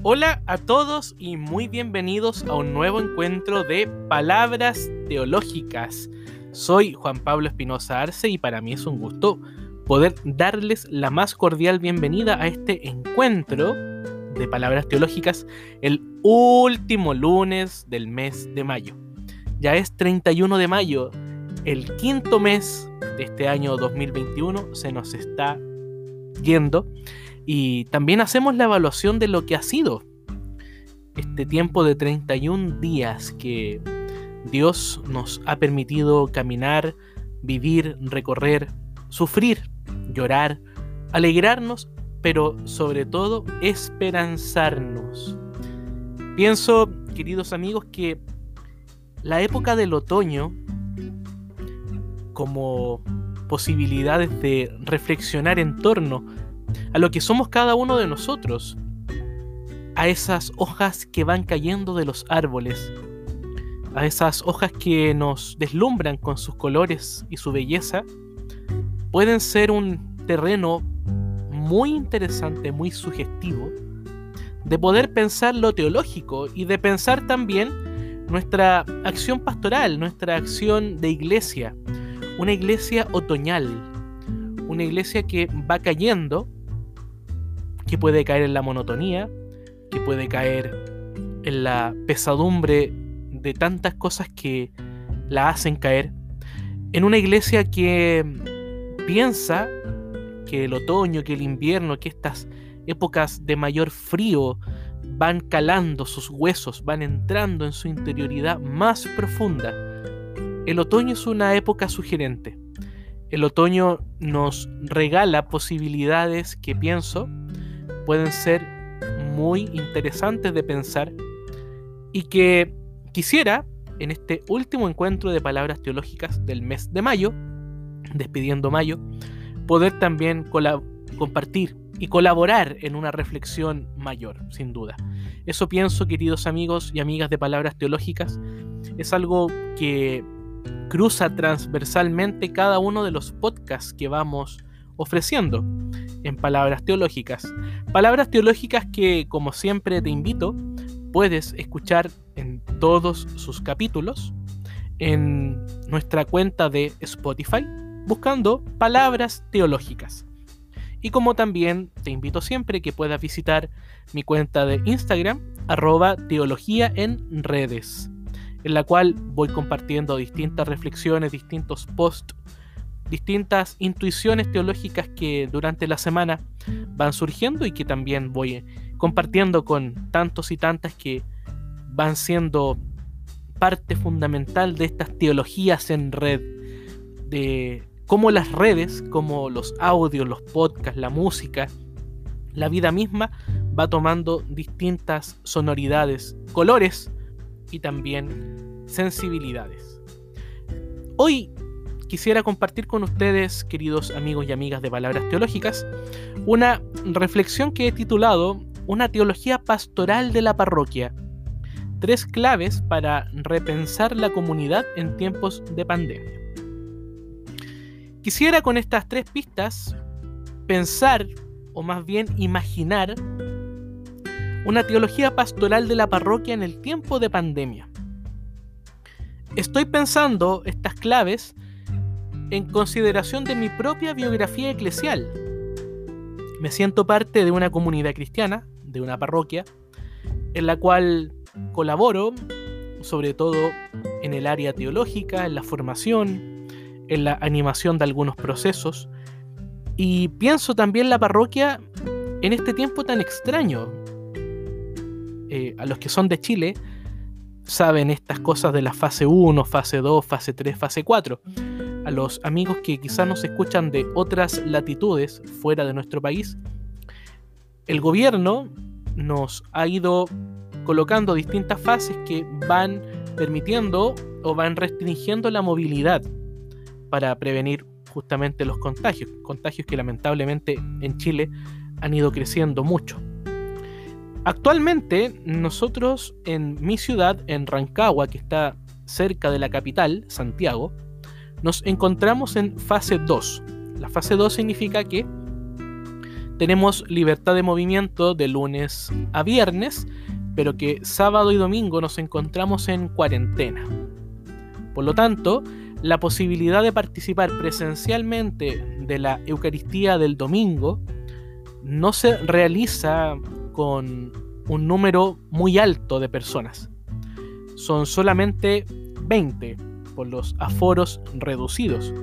Hola a todos y muy bienvenidos a un nuevo encuentro de Palabras Teológicas. Soy Juan Pablo Espinosa Arce y para mí es un gusto poder darles la más cordial bienvenida a este encuentro de Palabras Teológicas el último lunes del mes de mayo. Ya es 31 de mayo, el quinto mes de este año 2021 se nos está yendo. Y también hacemos la evaluación de lo que ha sido este tiempo de 31 días que Dios nos ha permitido caminar, vivir, recorrer, sufrir, llorar, alegrarnos, pero sobre todo esperanzarnos. Pienso, queridos amigos, que la época del otoño, como posibilidades de reflexionar en torno a lo que somos cada uno de nosotros, a esas hojas que van cayendo de los árboles, a esas hojas que nos deslumbran con sus colores y su belleza, pueden ser un terreno muy interesante, muy sugestivo, de poder pensar lo teológico y de pensar también nuestra acción pastoral, nuestra acción de iglesia, una iglesia otoñal, una iglesia que va cayendo, que puede caer en la monotonía, que puede caer en la pesadumbre de tantas cosas que la hacen caer, en una iglesia que piensa que el otoño, que el invierno, que estas épocas de mayor frío van calando sus huesos, van entrando en su interioridad más profunda. El otoño es una época sugerente. El otoño nos regala posibilidades que pienso pueden ser muy interesantes de pensar y que quisiera, en este último encuentro de Palabras Teológicas del mes de mayo, despidiendo mayo, poder también compartir y colaborar en una reflexión mayor, sin duda. Eso pienso, queridos amigos y amigas de Palabras Teológicas, es algo que cruza transversalmente cada uno de los podcasts que vamos ofreciendo en Palabras Teológicas. Palabras teológicas que, como siempre te invito, puedes escuchar en todos sus capítulos en nuestra cuenta de Spotify, buscando Palabras Teológicas. Y como también te invito siempre que puedas visitar mi cuenta de Instagram, @teología en redes, en la cual voy compartiendo distintas reflexiones, distintos posts, distintas intuiciones teológicas que durante la semana van surgiendo y que también voy compartiendo con tantos y tantas que van siendo parte fundamental de estas teologías en red, de cómo las redes, como los audios, los podcasts, la música, la vida misma va tomando distintas sonoridades, colores y también sensibilidades. Hoy quisiera compartir con ustedes, queridos amigos y amigas de Palabras Teológicas, una reflexión que he titulado Una teología pastoral de la parroquia. 3 claves para repensar la comunidad en tiempos de pandemia. Quisiera con estas 3 pistas pensar, o más bien imaginar, una teología pastoral de la parroquia en el tiempo de pandemia. Estoy pensando estas claves en consideración de mi propia biografía eclesial. Me siento parte de una comunidad cristiana, de una parroquia, en la cual colaboro, sobre todo en el área teológica, en la formación, en la animación de algunos procesos, y pienso también la parroquia en este tiempo tan extraño. A los que son de Chile saben estas cosas de la fase 1, fase 2, fase 3, fase 4. A los amigos que quizás nos escuchan de otras latitudes fuera de nuestro país, el gobierno nos ha ido colocando distintas fases que van permitiendo o van restringiendo la movilidad para prevenir justamente los contagios que lamentablemente en Chile han ido creciendo mucho. Actualmente nosotros en mi ciudad, en Rancagua, que está cerca de la capital, Santiago, nos encontramos en fase 2. La fase 2 significa que tenemos libertad de movimiento de lunes a viernes, pero que sábado y domingo nos encontramos en cuarentena. Por lo tanto, la posibilidad de participar presencialmente de la Eucaristía del domingo no se realiza con un número muy alto de personas. Son solamente 20 por los aforos reducidos.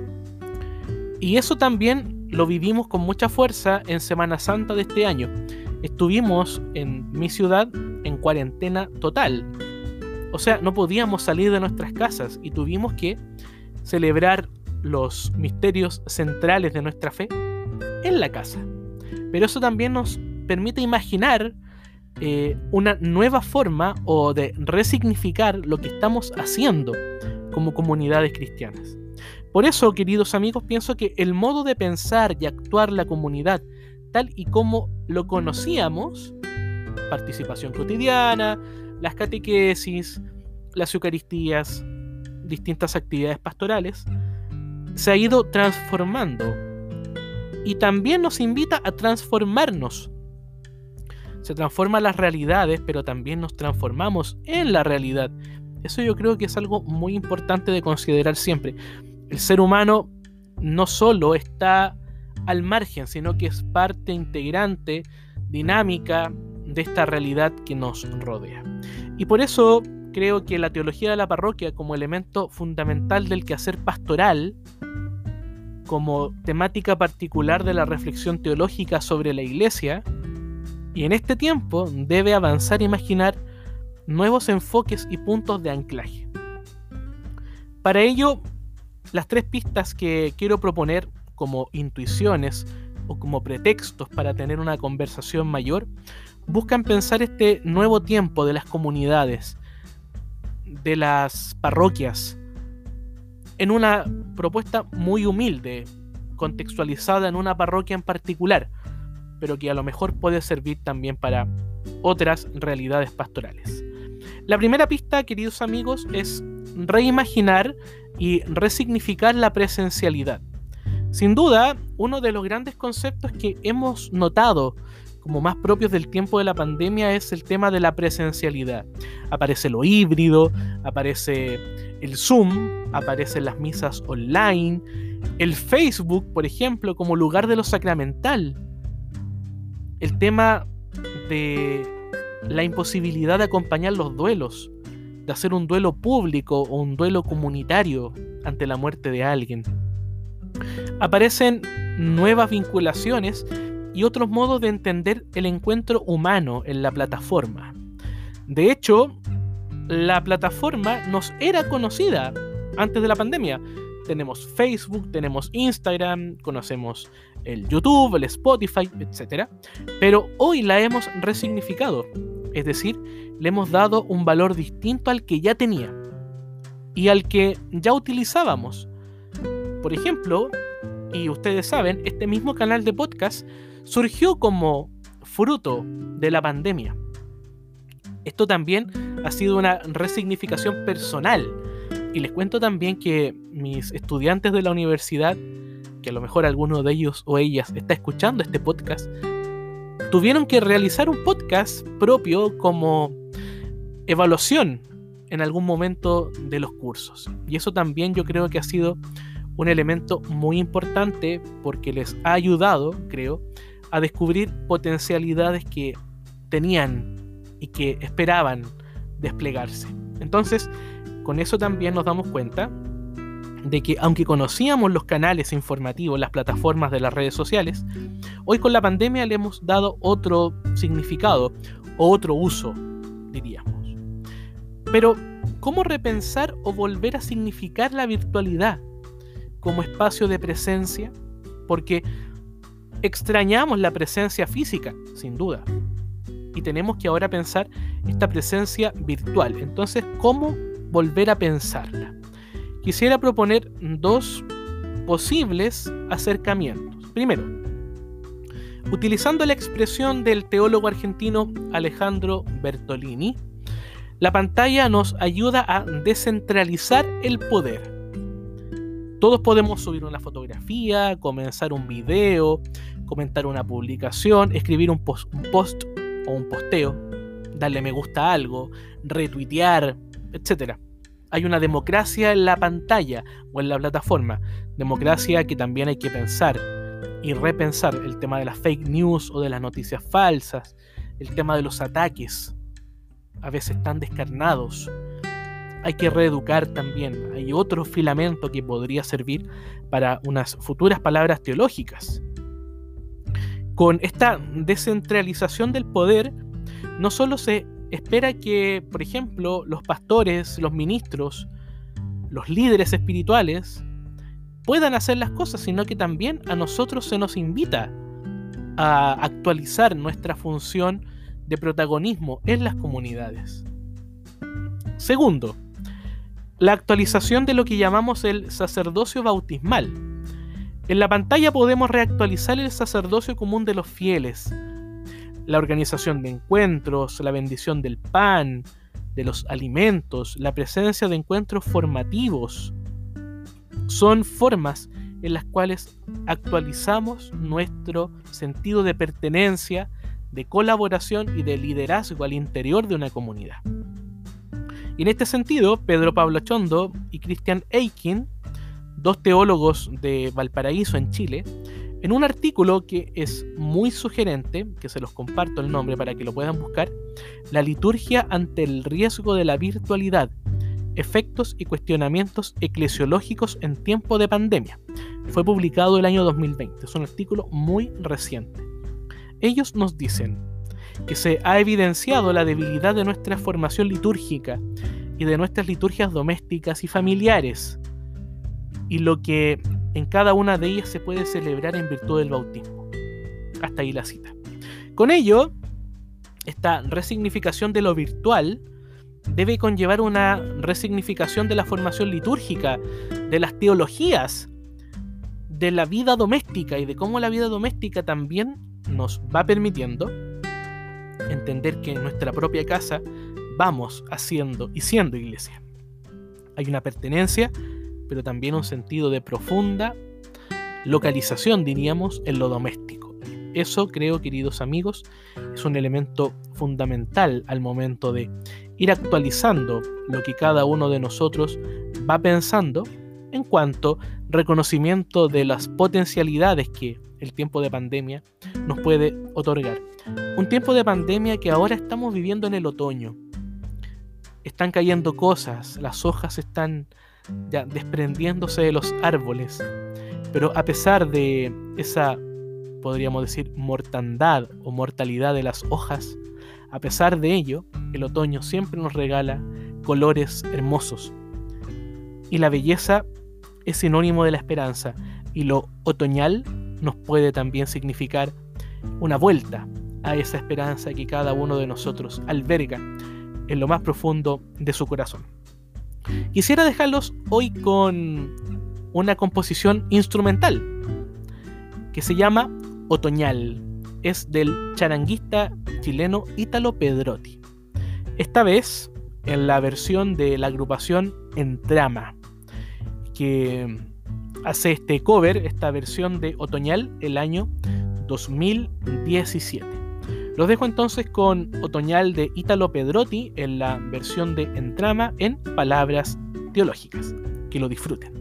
Y eso también lo vivimos con mucha fuerza en Semana Santa de este año. Estuvimos en mi ciudad en cuarentena total. O sea, no podíamos salir de nuestras casas y tuvimos que celebrar los misterios centrales de nuestra fe en la casa. Pero eso también nos permite imaginar una nueva forma o de resignificar lo que estamos haciendo como comunidades cristianas. Por eso, queridos amigos, pienso que el modo de pensar y actuar la comunidad tal y como lo conocíamos, participación cotidiana, las catequesis, las eucaristías, distintas actividades pastorales, se ha ido transformando y también nos invita a transformarnos. Se transforman las realidades, pero también nos transformamos en la realidad. Eso yo creo que es algo muy importante de considerar siempre. El ser humano no solo está al margen, sino que es parte integrante, dinámica de esta realidad que nos rodea. Y por eso creo que la teología de la parroquia, como elemento fundamental del quehacer pastoral, como temática particular de la reflexión teológica sobre la Iglesia, y en este tiempo debe avanzar e imaginar nuevos enfoques y puntos de anclaje. Para ello, las 3 pistas que quiero proponer como intuiciones o como pretextos para tener una conversación mayor, buscan pensar este nuevo tiempo de las comunidades, de las parroquias, en una propuesta muy humilde, contextualizada en una parroquia en particular, pero que a lo mejor puede servir también para otras realidades pastorales. La primera pista, queridos amigos, es reimaginar y resignificar la presencialidad. Sin duda, uno de los grandes conceptos que hemos notado como más propios del tiempo de la pandemia es el tema de la presencialidad. Aparece lo híbrido, aparece el Zoom, aparecen las misas online, el Facebook, por ejemplo, como lugar de lo sacramental. El tema de la imposibilidad de acompañar los duelos, de hacer un duelo público o un duelo comunitario ante la muerte de alguien. Aparecen nuevas vinculaciones y otros modos de entender el encuentro humano en la plataforma. De hecho, la plataforma nos era conocida antes de la pandemia. Tenemos Facebook, tenemos Instagram, conocemos el YouTube, el Spotify, etc. Pero hoy la hemos resignificado, es decir, le hemos dado un valor distinto al que ya tenía y al que ya utilizábamos. Por ejemplo, y ustedes saben, este mismo canal de podcast surgió como fruto de la pandemia. Esto también ha sido una resignificación personal. Y les cuento también que mis estudiantes de la universidad, que a lo mejor alguno de ellos o ellas está escuchando este podcast, tuvieron que realizar un podcast propio como evaluación en algún momento de los cursos. Y eso también yo creo que ha sido un elemento muy importante porque les ha ayudado, creo, a descubrir potencialidades que tenían y que esperaban desplegarse. Entonces, con eso también nos damos cuenta de que aunque conocíamos los canales informativos, las plataformas de las redes sociales, hoy con la pandemia le hemos dado otro significado o otro uso, diríamos. Pero, ¿cómo repensar o volver a significar la virtualidad como espacio de presencia? Porque extrañamos la presencia física, sin duda, y tenemos que ahora pensar esta presencia virtual. Entonces, ¿cómo volver a pensarla? Quisiera proponer 2 posibles acercamientos. Primero, utilizando la expresión del teólogo argentino Alejandro Bertolini, la pantalla nos ayuda a descentralizar el poder. Todos podemos subir una fotografía, comenzar un video, comentar una publicación, escribir un post o un posteo, darle me gusta a algo, retuitear, etc. Hay una democracia en la pantalla o en la plataforma, democracia que también hay que pensar y repensar el tema de las fake news o de las noticias falsas, el tema de los ataques, a veces tan descarnados. Hay que reeducar también. Hay otro filamento que podría servir para unas futuras palabras teológicas. Con esta descentralización del poder, no solo se espera que, por ejemplo, los pastores, los ministros, los líderes espirituales puedan hacer las cosas, sino que también a nosotros se nos invita a actualizar nuestra función de protagonismo en las comunidades. Segundo, la actualización de lo que llamamos el sacerdocio bautismal. En la pantalla podemos reactualizar el sacerdocio común de los fieles, la organización de encuentros, la bendición del pan, de los alimentos, la presencia de encuentros formativos. Son formas en las cuales actualizamos nuestro sentido de pertenencia, de colaboración y de liderazgo al interior de una comunidad. Y en este sentido, Pedro Pablo Chondo y Christian Eichen, dos teólogos de Valparaíso en Chile, en un artículo que es muy sugerente, que se los comparto el nombre para que lo puedan buscar, La liturgia ante el riesgo de la virtualidad, efectos y cuestionamientos eclesiológicos en tiempo de pandemia. Fue publicado el año 2020, es un artículo muy reciente. Ellos nos dicen que se ha evidenciado la debilidad de nuestra formación litúrgica y de nuestras liturgias domésticas y familiares, y lo que en cada una de ellas se puede celebrar en virtud del bautismo. Hasta ahí la cita. Con ello, esta resignificación de lo virtual debe conllevar una resignificación de la formación litúrgica, de las teologías, de la vida doméstica y de cómo la vida doméstica también nos va permitiendo entender que en nuestra propia casa vamos haciendo y siendo iglesia. Hay una pertenencia, pero también un sentido de profunda localización, diríamos, en lo doméstico. Eso, creo, queridos amigos, es un elemento fundamental al momento de ir actualizando lo que cada uno de nosotros va pensando en cuanto reconocimiento de las potencialidades que el tiempo de pandemia nos puede otorgar. Un tiempo de pandemia que ahora estamos viviendo en el otoño. Están cayendo cosas, las hojas están ya desprendiéndose de los árboles, pero a pesar de esa, podríamos decir, mortandad o mortalidad de las hojas, a pesar de ello, el otoño siempre nos regala colores hermosos. Y la belleza es sinónimo de la esperanza, y lo otoñal nos puede también significar una vuelta a esa esperanza que cada uno de nosotros alberga en lo más profundo de su corazón. Quisiera dejarlos hoy con una composición instrumental que se llama Otoñal. Es del charanguista chileno Ítalo Pedrotti. Esta vez en la versión de la agrupación Entrama, que hace este cover, esta versión de Otoñal, el año 2017. Los dejo entonces con Otoñal de Ítalo Pedrotti en la versión de Entrama en Palabras Teológicas. Que lo disfruten.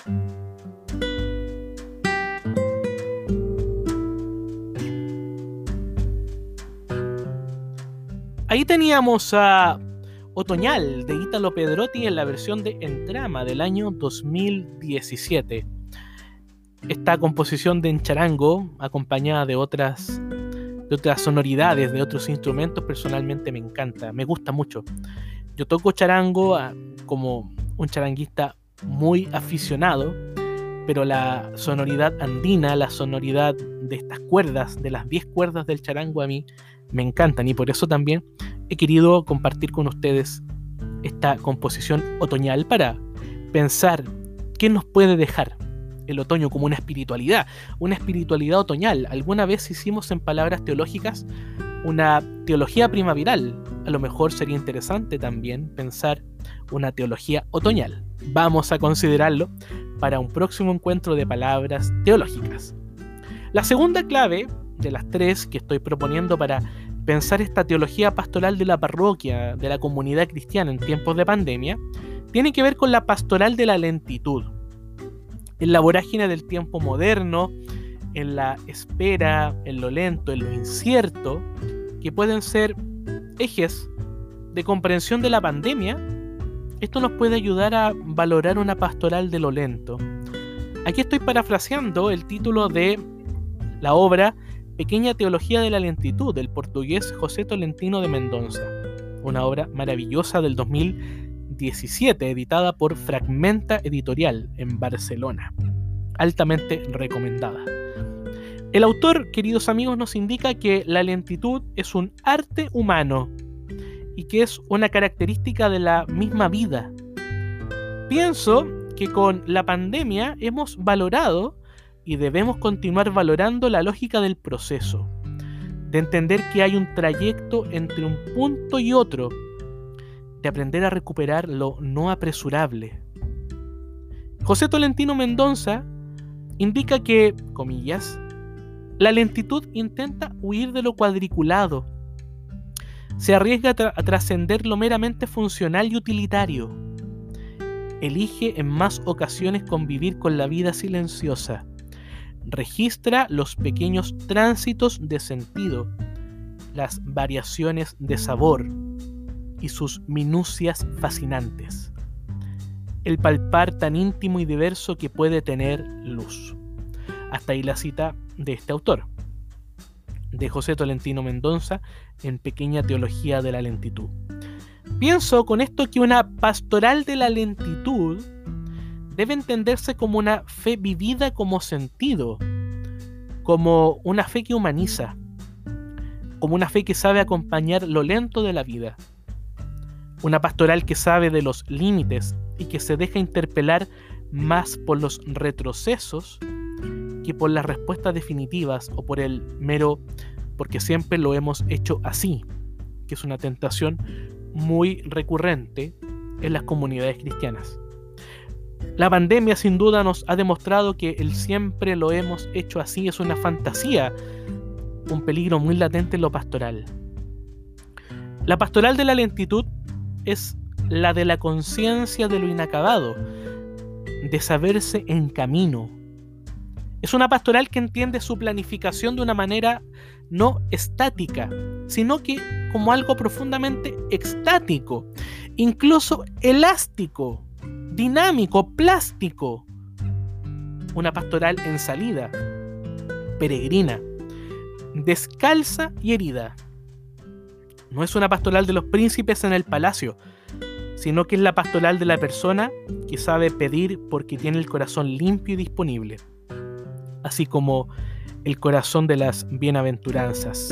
Ahí teníamos a Otoñal de Ítalo Pedrotti en la versión de Entrama del año 2017. Esta composición de en charango, acompañada de otras sonoridades, de otros instrumentos, personalmente me encanta, me gusta mucho. Yo toco charango como un charanguista muy aficionado, pero la sonoridad andina, la sonoridad de estas cuerdas, de las 10 cuerdas del charango, a mí me encantan, y por eso también he querido compartir con ustedes esta composición otoñal para pensar qué nos puede dejar el otoño como una espiritualidad otoñal. Alguna vez hicimos en palabras teológicas una teología primaveral. A lo mejor sería interesante también pensar una teología otoñal. Vamos a considerarlo para un próximo encuentro de palabras teológicas. La segunda clave de las 3 que estoy proponiendo para pensar esta teología pastoral de la parroquia, de la comunidad cristiana en tiempos de pandemia, tiene que ver con la pastoral de la lentitud. En la vorágine del tiempo moderno, en la espera, en lo lento, en lo incierto, que pueden ser ejes de comprensión de la pandemia, esto nos puede ayudar a valorar una pastoral de lo lento. Aquí estoy parafraseando el título de la obra Pequeña Teología de la Lentitud, del portugués José Tolentino de Mendonça, una obra maravillosa del 2017, editada por Fragmenta Editorial en Barcelona, altamente recomendada. El autor, queridos amigos, nos indica que la lentitud es un arte humano y que es una característica de la misma vida. Pienso que con la pandemia hemos valorado y debemos continuar valorando la lógica del proceso, de entender que hay un trayecto entre un punto y otro, de aprender a recuperar lo no apresurable. José Tolentino Mendonça indica que, comillas, la lentitud intenta huir de lo cuadriculado, se arriesga a trascender lo meramente funcional y utilitario, elige en más ocasiones convivir con la vida silenciosa, registra los pequeños tránsitos de sentido, las variaciones de sabor y sus minucias fascinantes, el palpar tan íntimo y diverso que puede tener luz. Hasta ahí la cita de este autor, de José Tolentino Mendonça, en Pequeña Teología de la Lentitud. Pienso con esto que una pastoral de la lentitud debe entenderse como una fe vivida como sentido, como una fe que humaniza, como una fe que sabe acompañar lo lento de la vida. Una pastoral que sabe de los límites y que se deja interpelar más por los retrocesos que por las respuestas definitivas o por el mero porque siempre lo hemos hecho así, que es una tentación muy recurrente en las comunidades cristianas. La pandemia sin duda nos ha demostrado que el siempre lo hemos hecho así es una fantasía, un peligro muy latente en lo pastoral. La pastoral de la lentitud es la de la conciencia de lo inacabado, de saberse en camino. Es una pastoral que entiende su planificación de una manera no estática, sino que como algo profundamente extático, incluso elástico, dinámico, plástico. Una pastoral en salida, peregrina, descalza y herida. No es una pastoral de los príncipes en el palacio, sino que es la pastoral de la persona que sabe pedir porque tiene el corazón limpio y disponible, así como el corazón de las bienaventuranzas.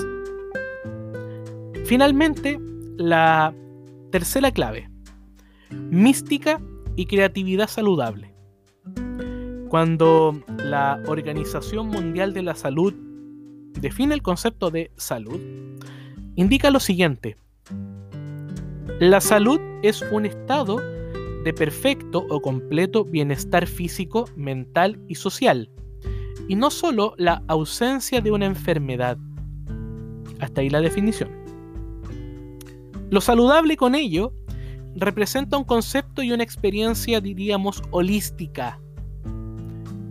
Finalmente, la tercera clave: mística y creatividad saludable. Cuando la Organización Mundial de la Salud define el concepto de salud, indica lo siguiente: la salud es un estado de perfecto o completo bienestar físico, mental y social, y no solo la ausencia de una enfermedad. Hasta ahí la definición. Lo saludable con ello representa un concepto y una experiencia, diríamos, holística,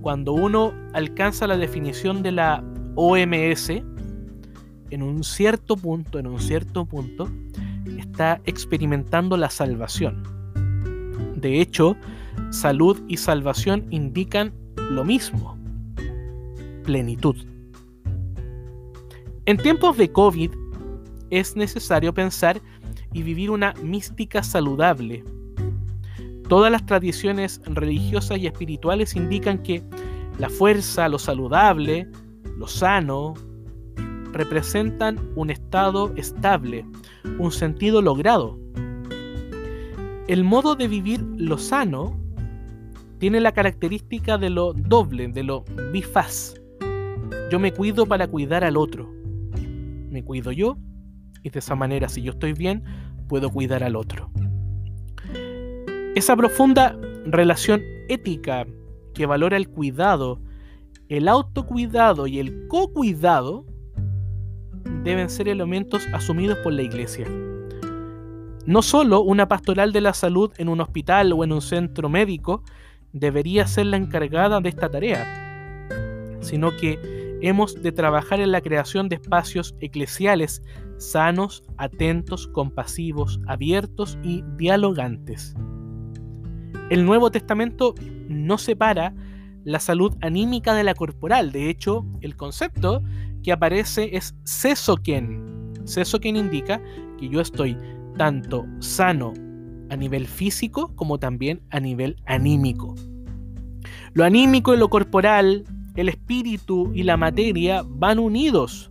cuando uno alcanza la definición de la OMS, en un cierto punto, está experimentando la salvación. De hecho, salud y salvación indican lo mismo: plenitud. En tiempos de COVID es necesario pensar y vivir una mística saludable. Todas las tradiciones religiosas y espirituales indican que la fuerza, lo saludable, lo sano, representan un estado estable, un sentido logrado. El modo de vivir lo sano tiene la característica de lo doble, de lo bifaz. Yo me cuido para cuidar al otro. Me cuido yo y de esa manera, si yo estoy bien, puedo cuidar al otro. Esa profunda relación ética que valora el cuidado, el autocuidado y el cocuidado deben ser elementos asumidos por la Iglesia. No solo una pastoral de la salud en un hospital o en un centro médico debería ser la encargada de esta tarea, sino que hemos de trabajar en la creación de espacios eclesiales sanos, atentos, compasivos, abiertos y dialogantes. El Nuevo Testamento no separa la salud anímica de la corporal. De hecho, el concepto que aparece es sesoquén. Sesoquén indica que yo estoy tanto sano a nivel físico como también a nivel anímico. Lo anímico y lo corporal, el espíritu y la materia van unidos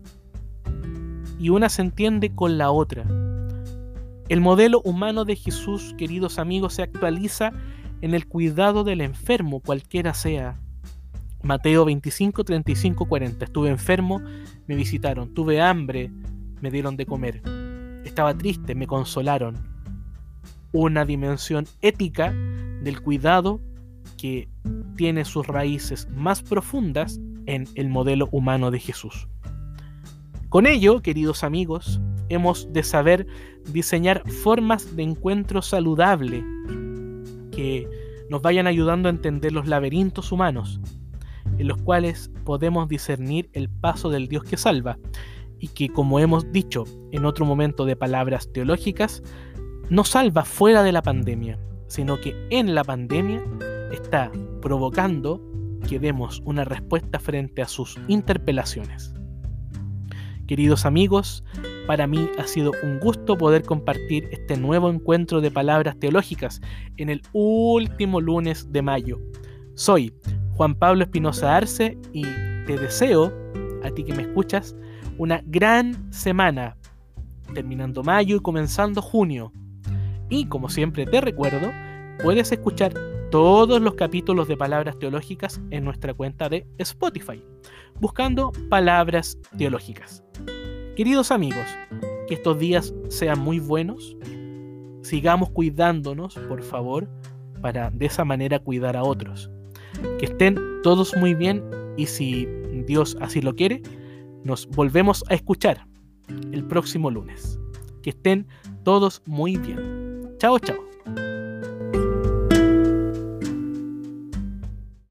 y una se entiende con la otra. El modelo humano de Jesús, queridos amigos, se actualiza en el cuidado del enfermo, cualquiera sea. Mateo 25, 35, 40. Estuve enfermo, me visitaron. Tuve hambre, me dieron de comer. Estaba triste, me consolaron. Una dimensión ética del cuidado que tiene sus raíces más profundas en el modelo humano de Jesús. Con ello, queridos amigos, hemos de saber diseñar formas de encuentro saludable que nos vayan ayudando a entender los laberintos humanos, en los cuales podemos discernir el paso del Dios que salva, y que, como hemos dicho en otro momento de palabras teológicas, no salva fuera de la pandemia, sino que en la pandemia está provocando que demos una respuesta frente a sus interpelaciones. Queridos amigos, para mí ha sido un gusto poder compartir este nuevo encuentro de palabras teológicas en el último lunes de mayo. Soy Juan Pablo Espinosa Arce y te deseo, a ti que me escuchas, una gran semana, terminando mayo y comenzando junio. Y como siempre te recuerdo, puedes escuchar todos los capítulos de Palabras Teológicas en nuestra cuenta de Spotify, buscando Palabras Teológicas. Queridos amigos, que estos días sean muy buenos, sigamos cuidándonos, por favor, para de esa manera cuidar a otros. Que estén todos muy bien y si Dios así lo quiere, nos volvemos a escuchar el próximo lunes. Que estén todos muy bien. Chao, chao.